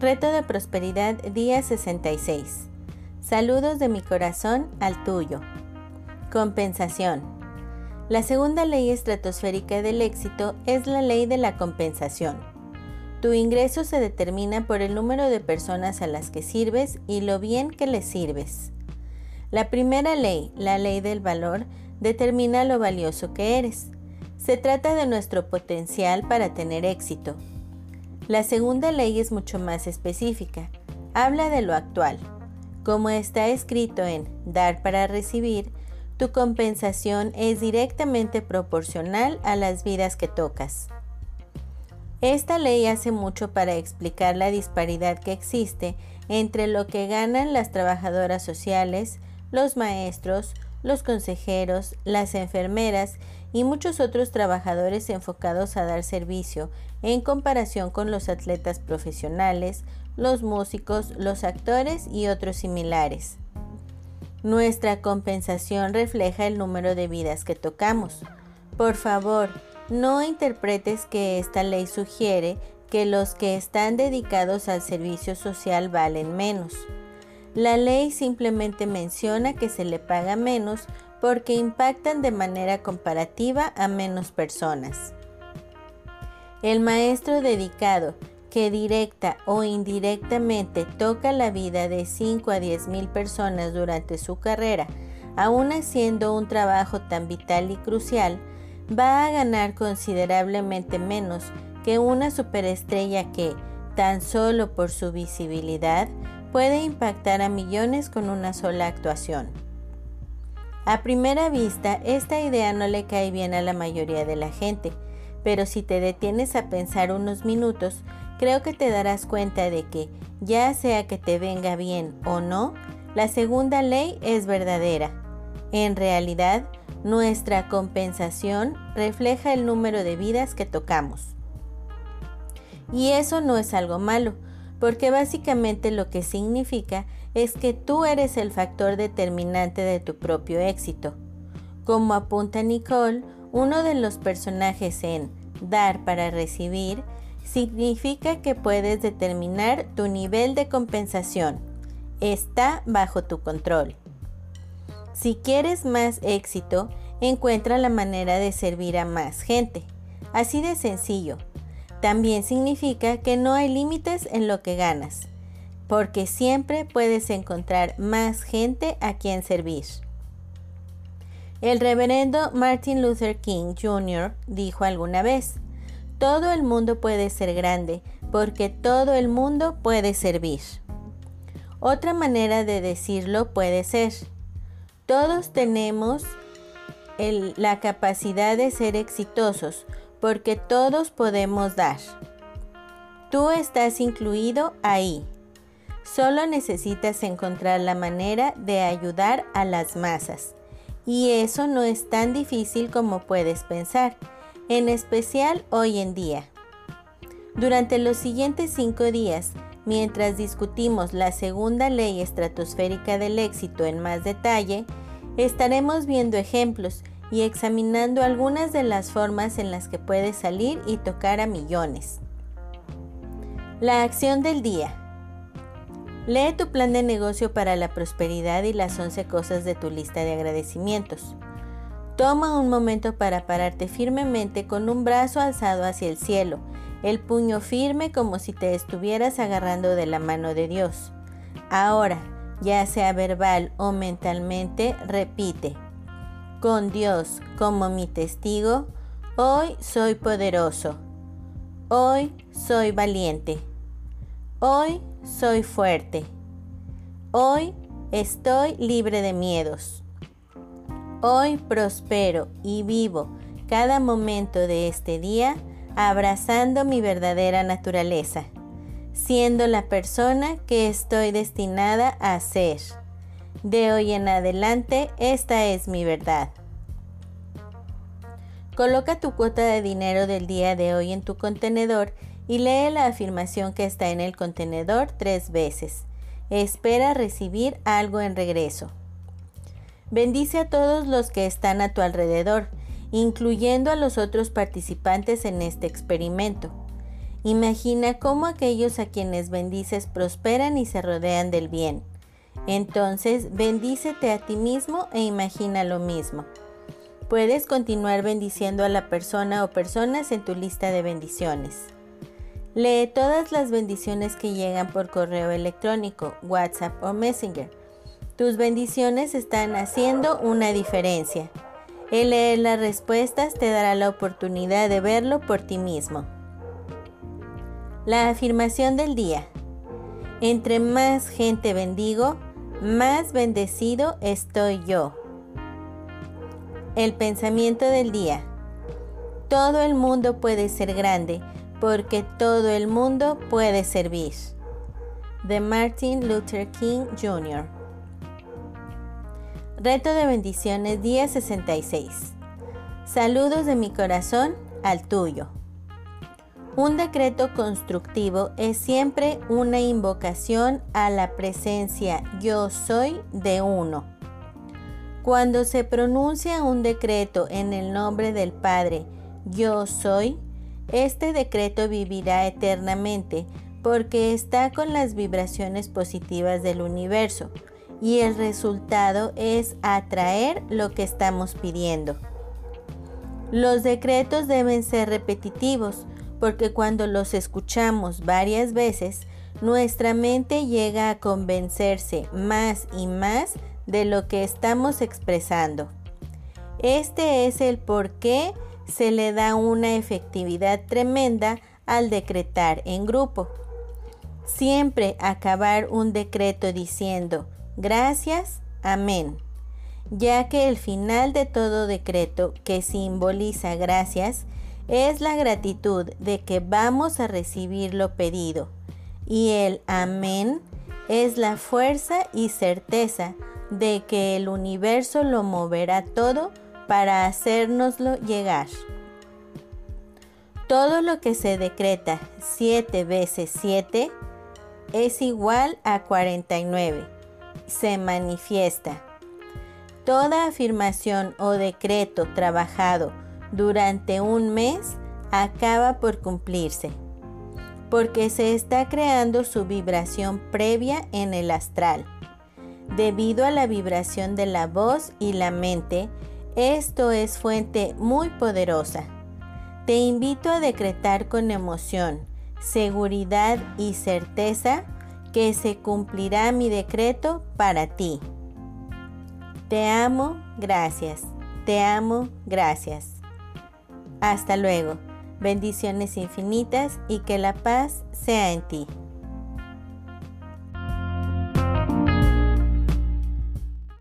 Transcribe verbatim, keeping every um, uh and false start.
Reto de Prosperidad, día sesenta y seis. Saludos de mi corazón al tuyo. Compensación. La segunda ley estratosférica del éxito es la ley de la compensación. Tu ingreso se determina por el número de personas a las que sirves y lo bien que les sirves. La primera ley, la ley del valor, determina lo valioso que eres. Se trata de nuestro potencial para tener éxito. La segunda ley es mucho más específica. Habla de lo actual. Como está escrito en Dar para recibir, tu compensación es directamente proporcional a las vidas que tocas. Esta ley hace mucho para explicar la disparidad que existe entre lo que ganan las trabajadoras sociales, los maestros, los consejeros, las enfermeras y muchos otros trabajadores enfocados a dar servicio en comparación con los atletas profesionales, los músicos, los actores y otros similares. Nuestra compensación refleja el número de vidas que tocamos. Por favor, no interpretes que esta ley sugiere que los que están dedicados al servicio social valen menos. La ley simplemente menciona que se le paga menos porque impactan de manera comparativa a menos personas. El maestro dedicado que directa o indirectamente toca la vida de cinco a diez mil personas durante su carrera, aún haciendo un trabajo tan vital y crucial, va a ganar considerablemente menos que una superestrella que, tan solo por su visibilidad, puede impactar a millones con una sola actuación. A primera vista, esta idea no le cae bien a la mayoría de la gente, pero si te detienes a pensar unos minutos, creo que te darás cuenta de que, ya sea que te venga bien o no, la segunda ley es verdadera. En realidad, nuestra compensación refleja el número de vidas que tocamos. Y eso no es algo malo, porque básicamente lo que significa es que tú eres el factor determinante de tu propio éxito. Como apunta Nicole, uno de los personajes en Dar para recibir, significa que puedes determinar tu nivel de compensación. Está bajo tu control. Si quieres más éxito, encuentra la manera de servir a más gente. Así de sencillo. También significa que no hay límites en lo que ganas, porque siempre puedes encontrar más gente a quien servir. El reverendo Martin Luther King junior dijo alguna vez: todo el mundo puede ser grande, porque todo el mundo puede servir. Otra manera de decirlo puede ser: todos tenemos el, la capacidad de ser exitosos, porque todos podemos dar. Tú estás incluido ahí. Solo necesitas encontrar la manera de ayudar a las masas. Y eso no es tan difícil como puedes pensar, en especial hoy en día. Durante los siguientes cinco días, mientras discutimos la segunda ley estratosférica del éxito en más detalle, estaremos viendo ejemplos y examinando algunas de las formas en las que puedes salir y tocar a millones. La acción del día. Lee tu plan de negocio para la prosperidad y las once cosas de tu lista de agradecimientos. Toma un momento para pararte firmemente con un brazo alzado hacia el cielo, el puño firme como si te estuvieras agarrando de la mano de Dios. Ahora, ya sea verbal o mentalmente, repite: con Dios como mi testigo, hoy soy poderoso. Hoy soy valiente. Hoy soy fuerte. Hoy estoy libre de miedos. Hoy prospero y vivo cada momento de este día abrazando mi verdadera naturaleza, siendo la persona que estoy destinada a ser. De hoy en adelante, esta es mi verdad. Coloca tu cuota de dinero del día de hoy en tu contenedor y lee la afirmación que está en el contenedor tres veces. Espera recibir algo en regreso. Bendice a todos los que están a tu alrededor, incluyendo a los otros participantes en este experimento. Imagina cómo aquellos a quienes bendices prosperan y se rodean del bien. Entonces, bendícete a ti mismo e imagina lo mismo. Puedes continuar bendiciendo a la persona o personas en tu lista de bendiciones. Lee todas las bendiciones que llegan por correo electrónico, WhatsApp o Messenger. Tus bendiciones están haciendo una diferencia. El leer las respuestas te dará la oportunidad de verlo por ti mismo. La afirmación del día. Entre más gente bendigo, más bendecido estoy yo. El pensamiento del día. Todo el mundo puede ser grande, porque todo el mundo puede servir. De Martin Luther King junior Reto de bendiciones día sesenta y seis. Saludos de mi corazón al tuyo. Un decreto constructivo es siempre una invocación a la presencia yo soy de uno. Cuando se pronuncia un decreto en el nombre del Padre, yo soy, este decreto vivirá eternamente porque está con las vibraciones positivas del universo y el resultado es atraer lo que estamos pidiendo. Los decretos deben ser repetitivos porque cuando los escuchamos varias veces, nuestra mente llega a convencerse más y más de lo que estamos expresando. Este es el por qué se le da una efectividad tremenda al decretar en grupo. Siempre acabar un decreto diciendo gracias, amén, ya que el final de todo decreto que simboliza gracias es la gratitud de que vamos a recibir lo pedido y el amén es la fuerza y certeza de que el universo lo moverá todo para hacérnoslo llegar. Todo lo que se decreta siete veces siete es igual a cuarenta y nueve. Se manifiesta. Toda afirmación o decreto trabajado durante un mes acaba por cumplirse, porque se está creando su vibración previa en el astral. Debido a la vibración de la voz y la mente, esto es fuente muy poderosa. Te invito a decretar con emoción, seguridad y certeza que se cumplirá mi decreto para ti. Te amo, gracias. Te amo, gracias. Hasta luego. Bendiciones infinitas y que la paz sea en ti.